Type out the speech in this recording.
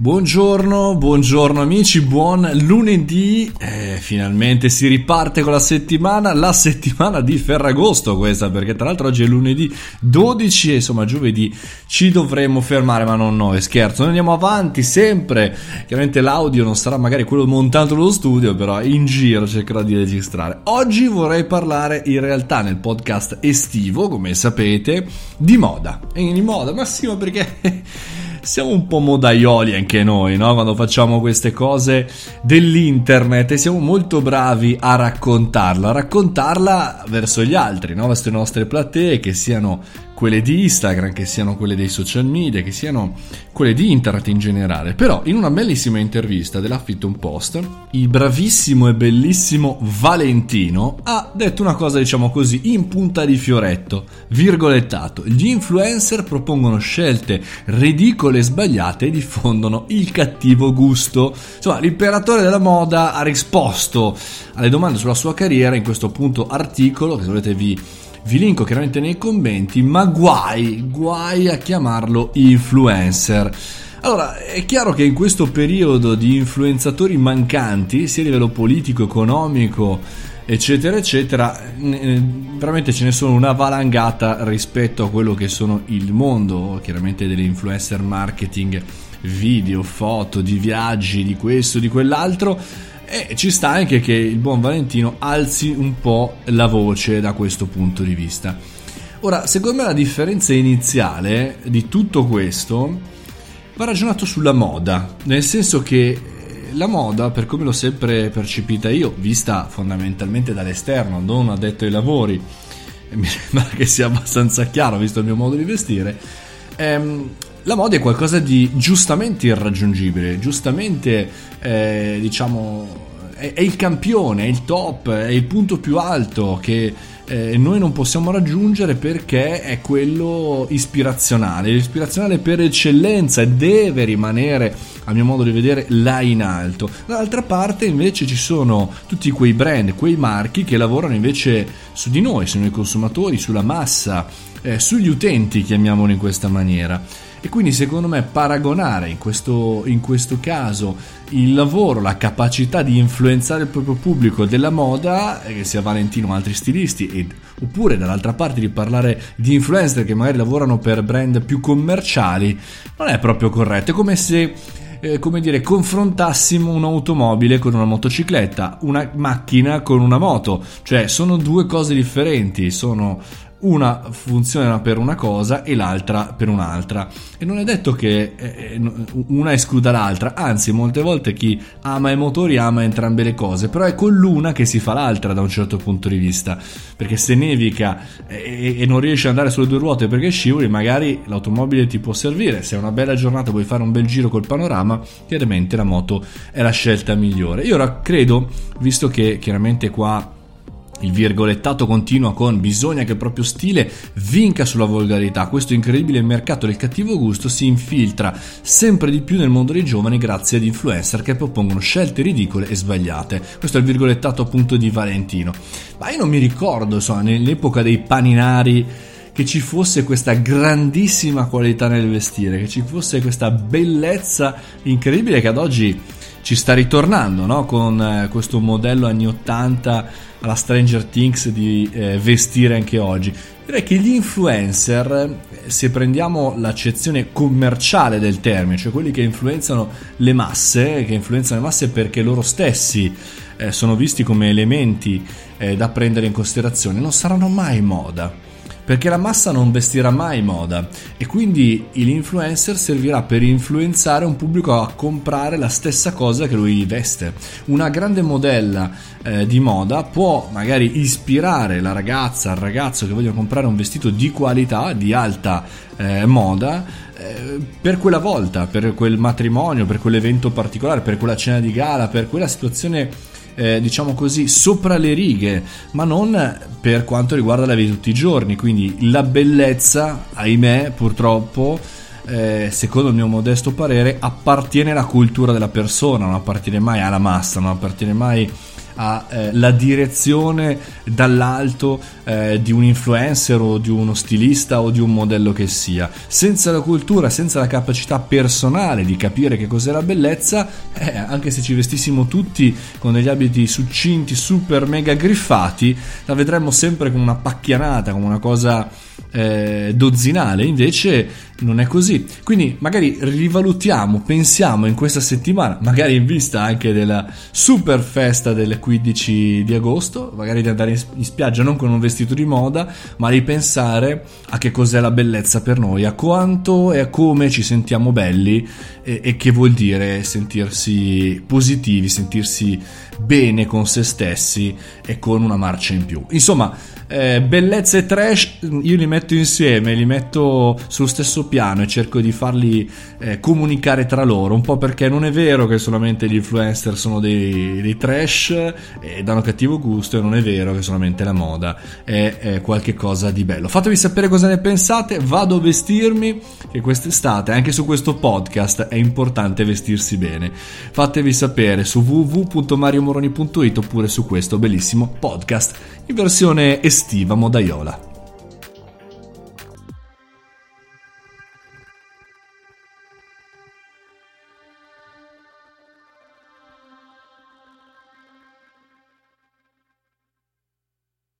Buongiorno amici, buon lunedì, finalmente si riparte con la settimana di Ferragosto questa, perché tra l'altro oggi è lunedì 12 e insomma giovedì ci dovremmo fermare, ma non noi, scherzo, noi andiamo avanti sempre, chiaramente l'audio non sarà magari quello montato nello studio, però in giro cercherò di registrare. Oggi vorrei parlare in realtà nel podcast estivo, come sapete, di moda, Massimo, perché... siamo un po' modaioli anche noi, no? Quando facciamo queste cose dell'internet e siamo molto bravi a raccontarla verso gli altri, no? Verso le nostre platee, che siano quelle di Instagram, che siano quelle dei social media, che siano quelle di internet in generale. Però in una bellissima intervista dell'Huffington Post, il bravissimo e bellissimo Valentino ha detto una cosa, diciamo così, in punta di fioretto, virgolettato: gli influencer propongono scelte ridicole e sbagliate e diffondono il cattivo gusto. Insomma, l'imperatore della moda ha risposto alle domande sulla sua carriera in questo appunto articolo, che se volete vi linko chiaramente nei commenti, ma guai a chiamarlo influencer. Allora, è chiaro che in questo periodo di influenzatori mancanti, sia a livello politico, economico, eccetera eccetera, veramente ce ne sono una valangata rispetto a quello che sono il mondo chiaramente delle influencer marketing, video, foto, di viaggi, di questo, di quell'altro. E ci sta anche che il buon Valentino alzi un po' la voce da questo punto di vista. Ora, secondo me la differenza iniziale di tutto questo va ragionato sulla moda, nel senso che la moda, per come l'ho sempre percepita io, vista fondamentalmente dall'esterno, non addetto ai lavori, mi sembra che sia abbastanza chiaro visto il mio modo di vestire, la moda è qualcosa di giustamente irraggiungibile, giustamente diciamo è il campione, è il top, è il punto più alto che noi non possiamo raggiungere, perché è quello ispirazionale per eccellenza, e deve rimanere, a mio modo di vedere, là in alto. Dall'altra parte invece ci sono tutti quei brand, quei marchi che lavorano invece su di noi, su noi consumatori, sulla massa, sugli utenti, chiamiamolo in questa maniera. E quindi secondo me paragonare in questo caso il lavoro, la capacità di influenzare il proprio pubblico della moda, che sia Valentino o altri stilisti, oppure dall'altra parte di parlare di influencer che magari lavorano per brand più commerciali, non è proprio corretto. È come se confrontassimo un'automobile con una motocicletta, una macchina con una moto, cioè sono due cose differenti, una funziona per una cosa e l'altra per un'altra, e non è detto che una escluda l'altra, anzi molte volte chi ama i motori ama entrambe le cose, però è con l'una che si fa l'altra da un certo punto di vista, perché se nevica e non riesci ad andare sulle due ruote perché scivoli, magari l'automobile ti può servire, se è una bella giornata vuoi fare un bel giro col panorama, chiaramente la moto è la scelta migliore. Io ora credo, visto che chiaramente qua il virgolettato continua con bisogna che il proprio stile vinca sulla volgarità, questo incredibile mercato del cattivo gusto si infiltra sempre di più nel mondo dei giovani grazie ad influencer che propongono scelte ridicole e sbagliate. Questo è il virgolettato appunto di Valentino. Ma io non mi ricordo, insomma, nell'epoca dei paninari, che ci fosse questa grandissima qualità nel vestire, che ci fosse questa bellezza incredibile che ad oggi ci sta ritornando, no? Con questo modello anni 80 alla Stranger Things di vestire anche oggi. Direi che gli influencer, se prendiamo l'accezione commerciale del termine, cioè quelli che influenzano le masse perché loro stessi sono visti come elementi da prendere in considerazione, non saranno mai moda, perché la massa non vestirà mai moda, e quindi l'influencer servirà per influenzare un pubblico a comprare la stessa cosa che lui veste. Una grande modella di moda può magari ispirare la ragazza, il ragazzo che vogliono comprare un vestito di qualità, di alta moda, per quella volta, per quel matrimonio, per quell'evento particolare, per quella cena di gala, per quella situazione diciamo così sopra le righe, ma non per quanto riguarda la vita di tutti i giorni. Quindi la bellezza, ahimè, purtroppo, secondo il mio modesto parere, appartiene alla cultura della persona, non appartiene mai alla massa, non appartiene mai alla direzione dall'alto di un influencer o di uno stilista o di un modello che sia. Senza la cultura, senza la capacità personale di capire che cos'è la bellezza, anche se ci vestissimo tutti con degli abiti succinti, super mega griffati, la vedremmo sempre come una pacchianata, come una cosa dozzinale. Invece non è così. Quindi magari rivalutiamo, pensiamo in questa settimana, magari in vista anche della super festa del 15 di agosto, magari di andare in spiaggia non con un vestito di moda, ma di pensare a che cos'è la bellezza per noi, a quanto e a come ci sentiamo belli e che vuol dire sentirsi positivi, sentirsi bene con se stessi e con una marcia in più. Insomma, bellezza e trash io li metto insieme, li metto sullo stesso piano e cerco di farli comunicare tra loro, un po' perché non è vero che solamente gli influencer sono dei trash e danno cattivo gusto, e non è vero che solamente la moda è qualche cosa di bello. Fatemi sapere cosa ne pensate. Vado a vestirmi, che quest'estate anche su questo podcast è importante vestirsi bene. Fatevi sapere su www.mariomoroni.it oppure su questo bellissimo podcast in versione estiva modaiola.